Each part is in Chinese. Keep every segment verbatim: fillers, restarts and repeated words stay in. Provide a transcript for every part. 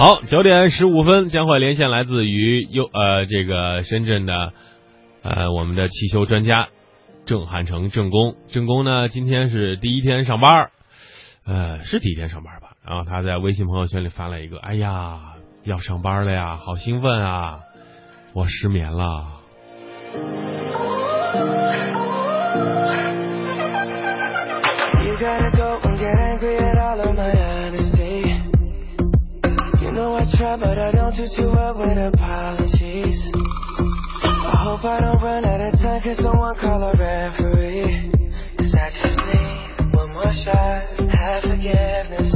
好，九点十五分将会连线来自于优呃这个深圳的呃我们的汽修专家郑汉成郑工。郑工呢今天是第一天上班，呃是第一天上班吧？然后他在微信朋友圈里发了一个，哎呀，要上班了呀，好兴奋啊！我失眠了。You gotta go and get angry at all of my honesty. You know I try, but I don't do too well with apologies. I hope I don't run out of time, cause someone call a referee. Cause I just need one more shot, have forgiveness.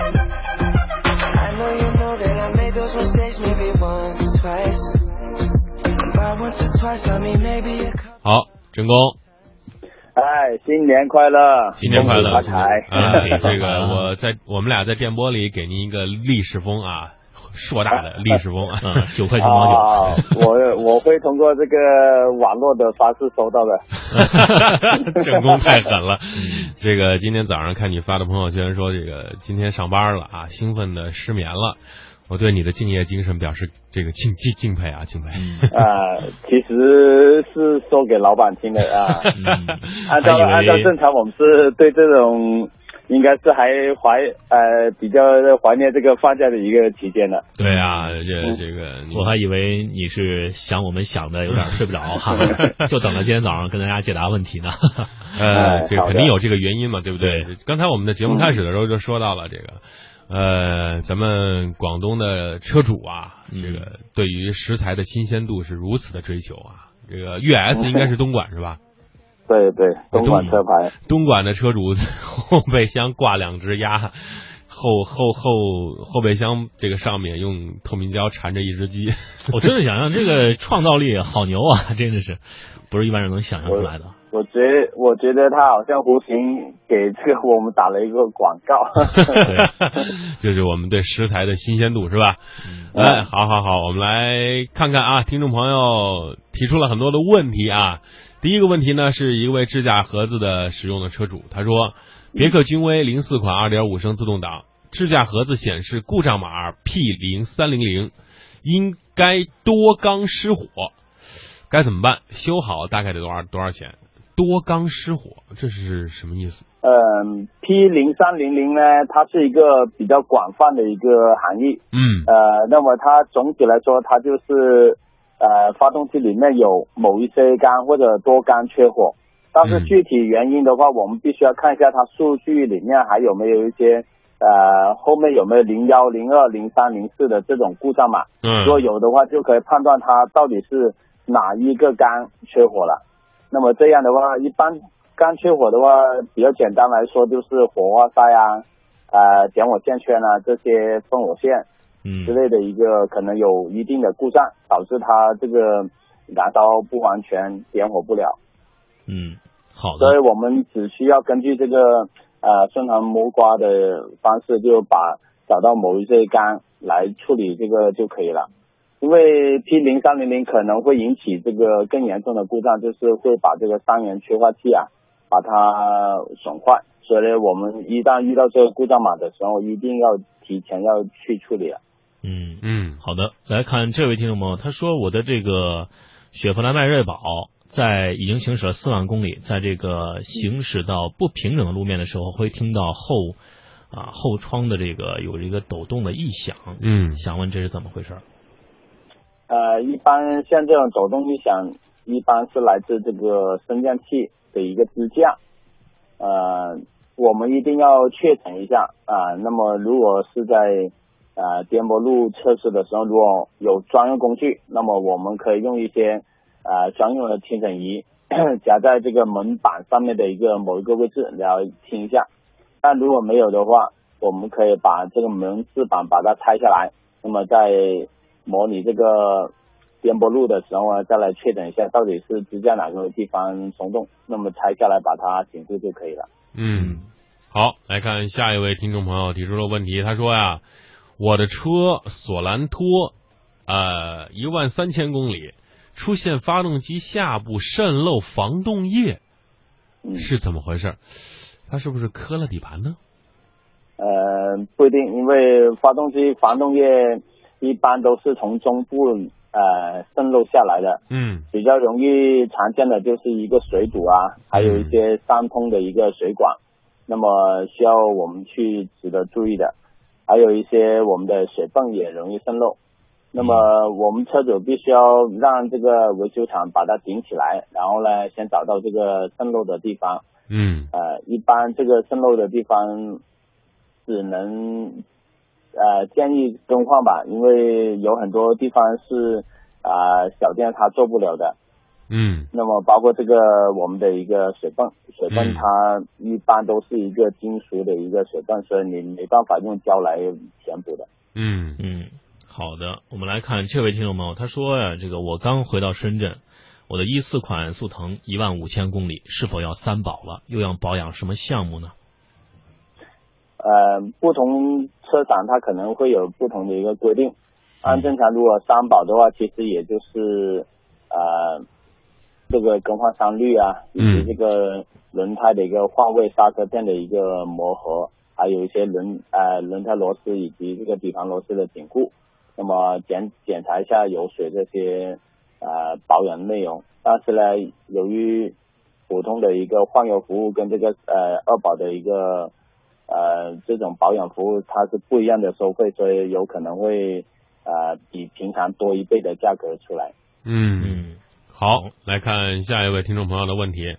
I know you know that I made those mistakes maybe once or twice. And by once or twice, I mean maybe a couple. 好，郑工。 哎，新年快乐！ 新年快乐！ 发财！ 哎，这个我在我们俩在电波里给您一个立式风啊，硕大的立式风啊，九块九毛九。 啊，我我会通过这个网络的方式收到的。 郑工太狠了！这个今天早上看你发的朋友圈说，这个今天上班了啊，兴奋的失眠了。我对你的敬业精神表示这个敬敬敬佩啊，敬佩。 啊，其实是说给老板听的啊。嗯、按照按照正常，我们是对这种应该是还怀呃比较怀念这个放假的一个期间的。 对啊，这这个、 嗯、我还以为你是想我们想的有点睡不着哈，就等着今天早上跟大家解答问题呢。 呃，这肯定有这个原因嘛，对不对？刚才我们的节目开始的时候就说到了这个。呃，咱们广东的车主啊，这个对于食材的新鲜度是如此的追求啊。这个粤 S 应该是东莞是吧？ 对对，东莞车牌。 东莞的车主后备箱挂两只鸭，后后后后备箱这个上面用透明胶缠着一只鸡。 我真的想象这个创造力好牛啊，真的是不是一般人能想象出来的。 我觉得，我觉得他好像无形给这个我们打了一个广告。 对，这是我们对食材的新鲜度，是吧？嗯、哎，好好好，我们来看看啊，听众朋友提出了很多的问题啊。第一个问题呢，是一位智驾盒子的使用的车主，他说，别克君威零四款 二点五 升自动挡，智驾盒子显示故障码 P 零三零零，应该多缸失火，该怎么办？修好大概得多少多少钱？多缸失火，这是什么意思？ 嗯 ，P 零三零零呢，它是一个比较广泛的一个含义。 嗯。 呃，那么它总体来说，它就是呃发动机里面有某一些缸或者多缸缺火，但是具体原因的话，我们必须要看一下它数据里面还有没有一些呃后面有没有零一、零二、零三、零四的这种故障码。 嗯。 如果有的话，就可以判断它到底是哪一个缸缺火了。那么这样的话，一般缸缺火的话，比较简单来说就是火花塞啊、呃点火线圈啊这些分火线之类的一个可能有一定的故障，导致它这个燃烧不完全，点火不了。 嗯，好的。 所以我们只需要根据这个呃顺藤摸瓜的方式，就把找到某一些缸来处理这个就可以了。因为 P 零三零零可能会引起这个更严重的故障，就是会把这个三元催化器啊把它损坏，所以我们一旦遇到这个故障码的时候，一定要提前要去处理了。 嗯嗯，好的。来看这位听众朋友，他说我的这个雪佛兰迈锐宝在已经行驶了四万公里，在这个行驶到不平整的路面的时候，会听到后啊后窗的这个有一个抖动的异响。 嗯， 想问这是怎么回事？ 呃，一般像这种抖动异响，一般是来自这个升降器的一个支架。呃，我们一定要确诊一下啊、呃。那么，如果是在呃颠簸路测试的时候，如果有专用工具，那么我们可以用一些呃专用的听诊仪夹在这个门板上面的一个某一个位置来听一下。但如果没有的话，我们可以把这个门饰板把它拆下来，那么在模拟这个颠簸路的时候呢，再来确诊一下到底是支架哪个地方松动，那么拆下来把它紧住就可以了。 嗯，好，来看下一位听众朋友提出了问题，他说呀，我的车索兰托，呃，一万三千公里，出现发动机下部渗漏防冻液， 嗯、 是怎么回事？他是不是磕了底盘呢？ 呃，不一定，因为发动机防冻液一般都是从中部呃渗漏下来的， 嗯， 比较容易常见的就是一个水堵啊，还有一些三通的一个水管，那么需要我们去值得注意的，还有一些我们的水泵也容易渗漏。那么我们车主必须要让这个维修厂把它顶起来，然后呢，先找到这个渗漏的地方。 嗯， 呃，一般这个渗漏的地方只能呃建议更换吧，因为有很多地方是啊、呃、小店它做不了的。 嗯， 那么包括这个我们的一个水泵，水泵嗯它一般都是一个金属的一个水泵，所以你没办法用胶来填补的。 嗯嗯，好的，我们来看这位听众朋友，他说呀，这个我刚回到深圳，我的一四款速腾一万五千公里，是否要三保了？又要保养什么项目呢？ 呃，不同车厂它可能会有不同的一个规定。按正常，如果三保的话，其实也就是呃这个更换三滤啊，以及这个轮胎的一个换位刹车片的一个磨合，还有一些轮呃轮胎螺丝以及这个底盘螺丝的紧固。那么检检查一下油水这些呃保养内容。但是呢，由于普通的一个换油服务跟这个呃二保的一个呃这种保养服务它是不一样的收费，所以有可能会呃比平常多一倍的价格出来。 嗯， 嗯， 好，来看下一位听众朋友的问题。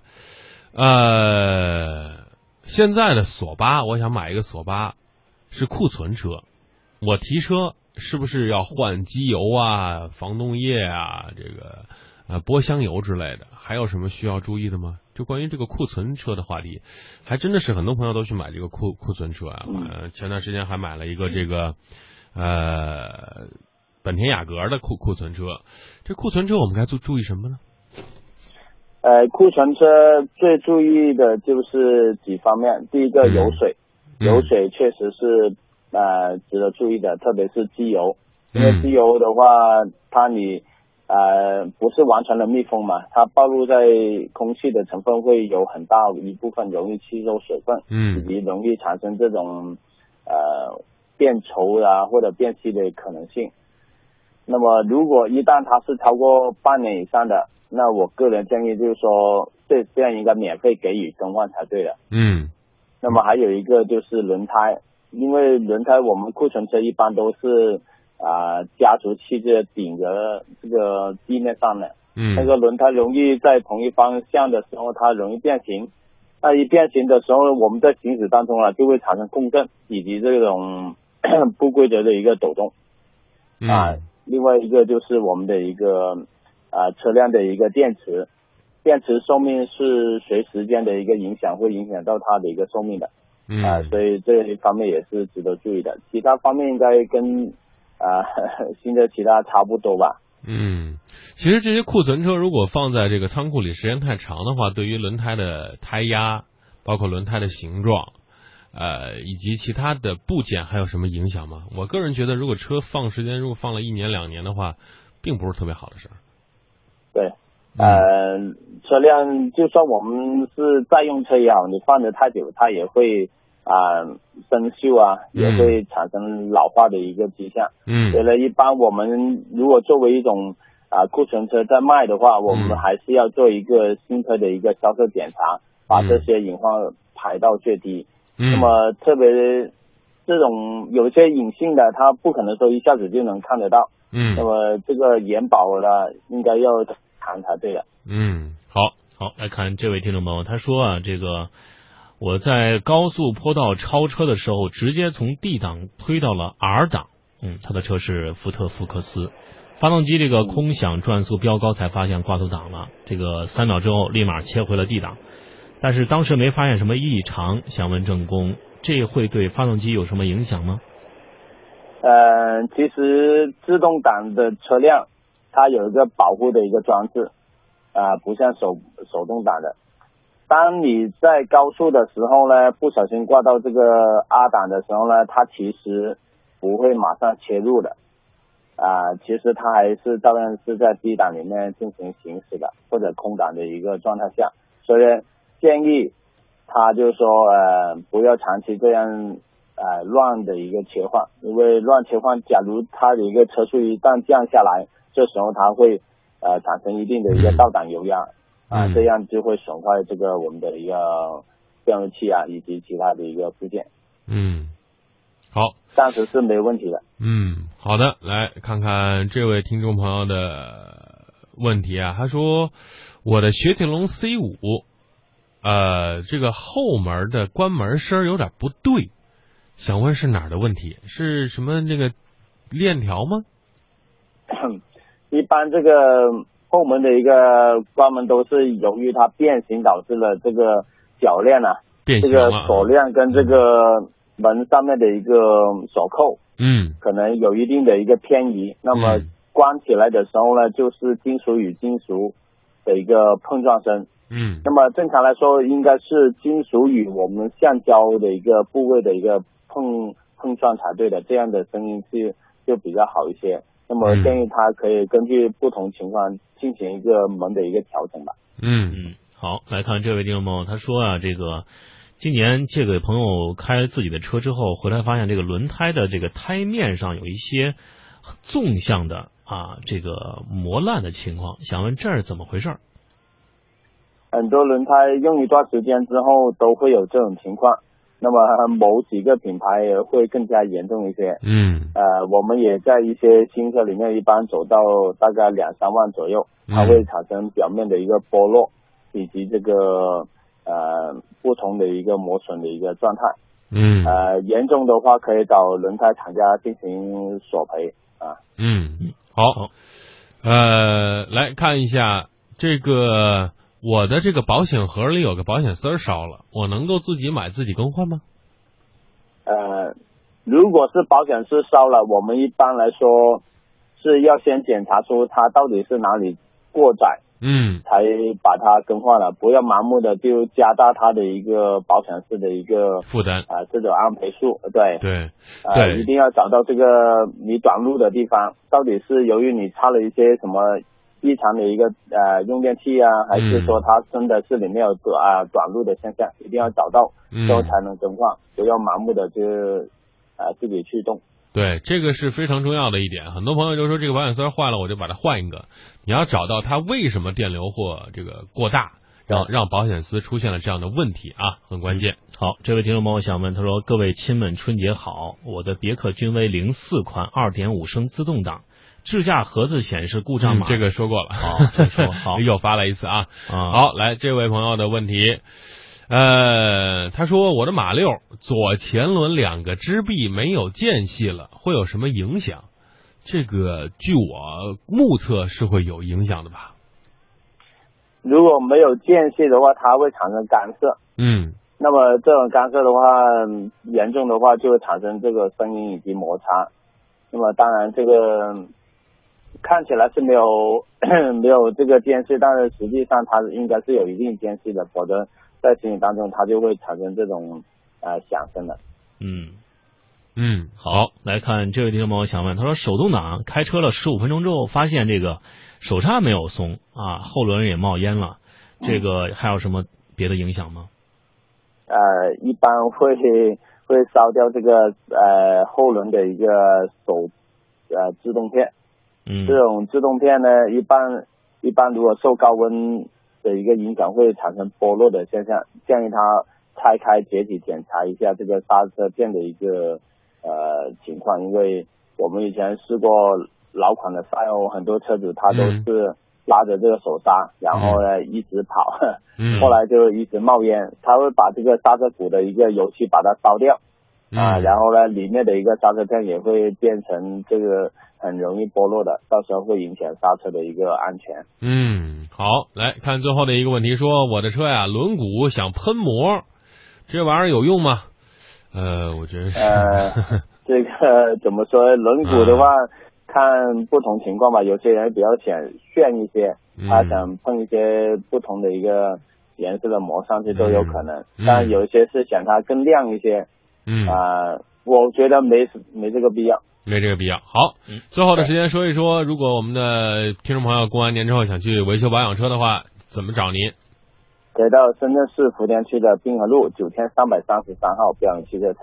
呃，现在的索八，我想买一个索八，是库存车，我提车是不是要换机油啊、防冻液啊、这个呃波箱油之类的？还有什么需要注意的吗？就关于这个库存车的话题，还真的是很多朋友都去买这个库库存车啊。呃，前段时间还买了一个这个呃本田雅阁的库库存车。这库存车我们该注注意什么呢？ 呃，库存车最注意的就是几方面，第一个油水， 嗯、 油水确实是呃值得注意的，特别是机油，因为嗯机油的话，它你呃不是完全的密封嘛，它暴露在空气的成分会有很大一部分容易吸收水分， 嗯以及容易产生这种呃变稠啊或者变稀的可能性。那么如果一旦它是超过半年以上的，那我个人建议就是说，这这样应该免费给予更换才对的。 嗯那么还有一个就是轮胎，因为轮胎我们库存车一般都是啊、呃、加速器这顶着这个地面上的， 嗯， 那个轮胎容易在同一方向的时候它容易变形，那一变形的时候我们在行驶当中啊就会产生共振以及这种不规则的一个抖动啊。 嗯另外一个就是我们的一个啊、呃、车辆的一个电池，电池寿命是随时间的一个影响，会影响到它的一个寿命的， 嗯啊、呃，所以这一方面也是值得注意的。其他方面应该跟啊、呃、新的其他差不多吧。 嗯，其实这些库存车如果放在这个仓库里时间太长的话，对于轮胎的胎压，包括轮胎的形状。呃，以及其他的部件还有什么影响吗？我个人觉得，如果车放时间如果放了一年两年的话，并不是特别好的事儿。 对，呃，车辆就算我们是在用车也好，你放得太久，它也会啊、呃、生锈啊，也会产生老化的一个迹象。 嗯， 所以呢，一般我们如果作为一种啊、呃、库存车在卖的话，我们还是要做一个新车的一个销售检查，把这些隐患排到最低。 嗯、 那么特别这种有些隐性的，它不可能说一下子就能看得到。 嗯， 那么这个延保呢，应该要谈才对的。 嗯，好， 好，来看这位听众朋友，他说啊，这个我在高速坡道超车的时候，直接从 D 档推到了 R 档。嗯，他的车是福特福克斯，发动机这个空响转速飙高，才发现挂错档了。这个三秒之后立马切回了 D 档。但是当时没发现什么异常，想问郑工，这会对发动机有什么影响吗？ 呃，其实自动挡的车辆，它有一个保护的一个装置，啊、呃，不像手手动挡的。当你在高速的时候呢，不小心挂到这个 R 档的时候呢，它其实不会马上切入的，啊、呃，其实它还是照样是在 D 档里面进行行驶的，或者空档的一个状态下，所以建议他就是说呃不要长期这样呃乱的一个切换，因为乱切换，假如它的一个车速一旦降下来，这时候它会呃产生一定的一个倒档油压啊、呃，这样就会损坏这个我们的一个变速器啊以及其他的一个部件。 嗯，好， 暂时是没问题的。 嗯，好的，来看看这位听众朋友的问题啊，他说我的雪铁龙 C 五，呃，这个后门的关门声有点不对，想问是哪儿的问题？是什么那个链条吗？ 一般这个后门的一个关门都是由于它变形导致了这个铰链啊，这变形了个锁链跟这个门上面的一个锁扣， 嗯， 可能有一定的一个偏移。那么关起来的时候呢，就是金属与金属的一个碰撞声。 嗯， 那么正常来说，应该是金属与我们橡胶的一个部位的一个碰碰撞才对的，这样的声音是就比较好一些。那么建议他可以根据不同情况进行一个门的一个调整吧。 嗯嗯，好，来看这位听众朋友，他说啊，这个今年借给朋友开自己的车之后，回来发现这个轮胎的这个胎面上有一些纵向的啊这个磨烂的情况，想问这是怎么回事？ 很多轮胎用一段时间之后都会有这种情况，那么某几个品牌会更加严重一些。 嗯， 呃，我们也在一些新车里面，一般走到大概两三万左右，它会产生表面的一个剥落，以及这个呃不同的一个磨损的一个状态。 嗯， 呃，严重的话可以找轮胎厂家进行索赔啊。 嗯，好，呃，来看一下这个。我的这个保险盒里有个保险丝烧了，我能够自己买自己更换吗？ 呃，如果是保险丝烧了，我们一般来说是要先检查出它到底是哪里过载， 嗯， 才把它更换了，不要盲目的就加大它的一个保险丝的一个负担啊、呃，这种安赔数，对对， 呃， 对， 一定要找到这个你短路的地方，到底是由于你插了一些什么异常的一个呃用电器啊，还是说它真的是里面有短啊、呃、短路的现象，一定要找到之后才能更换，不要盲目的就呃自己去动。 对，这个是非常重要的一点。很多朋友就说这个保险丝坏了，我就把它换一个。你要找到它为什么电流或这个过大，让让保险丝出现了这样的问题啊，很关键。 好，这位听众朋友想问，他说：各位亲们，春节好！我的别克君威零四款二点五升自动挡。智驾盒子显示故障码、 嗯，这个说过了。 好，这说好， 又发了一次啊。 啊好，来这位朋友的问题，呃，他说我的马六左前轮两个支臂没有间隙了，会有什么影响？这个据我目测是会有影响的吧。 如果没有间隙的话，它会产生干涉。 嗯。 那么这种干涉的话，严重的话就会产生这个声音以及摩擦。那么当然这个。看起来是没有没有这个间隙，但是实际上它应该是有一定间隙的，否则在行驶当中它就会产生这种呃响声的。 嗯嗯， 好，来看这位听众朋友想问，他说手动挡开车了十五分钟之后，发现这个手刹没有松啊，后轮也冒烟了，这个还有什么别的影响吗？ 呃，一般会会烧掉这个呃后轮的一个手呃制动片。 嗯， 这种制动片呢，一般一般如果受高温的一个影响，会产生剥落的现象。建议他拆开解体检查一下这个刹车片的一个呃情况，因为我们以前试过老款的赛欧，很多车主他都是拉着这个手刹，嗯、然后呢一直跑， 嗯、 后来就一直冒烟，他会把这个刹车鼓的一个油漆把它烧掉。啊，然后呢，里面的一个刹车片也会变成这个很容易剥落的，到时候会影响刹车的一个安全。 嗯，好，来看最后的一个问题，说我的车呀，轮毂想喷膜，这玩意儿有用吗？呃，我觉得是。 呃，这个怎么说？轮毂的话，嗯、看不同情况吧。有些人比较想炫一些，他想喷一些不同的一个颜色的膜上去都有可能， 嗯、 但有一些是想它更亮一些。 嗯啊、呃，我觉得没没这个必要， 没这个必要。好，嗯、最后的时间说一说，如果我们的听众朋友过完年之后想去维修保养车的话，怎么找您？ 可以到深圳市福田区的滨河路九千三百三十三号标养汽车城，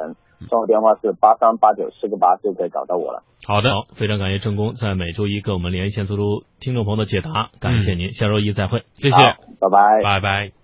生活电话是八三八九四个八就可以找到我了。 好的， 好，非常感谢郑工在每周一跟我们连线做出听众朋友的解答，感谢您，嗯、下周一再会， 谢谢， 拜拜， 拜拜。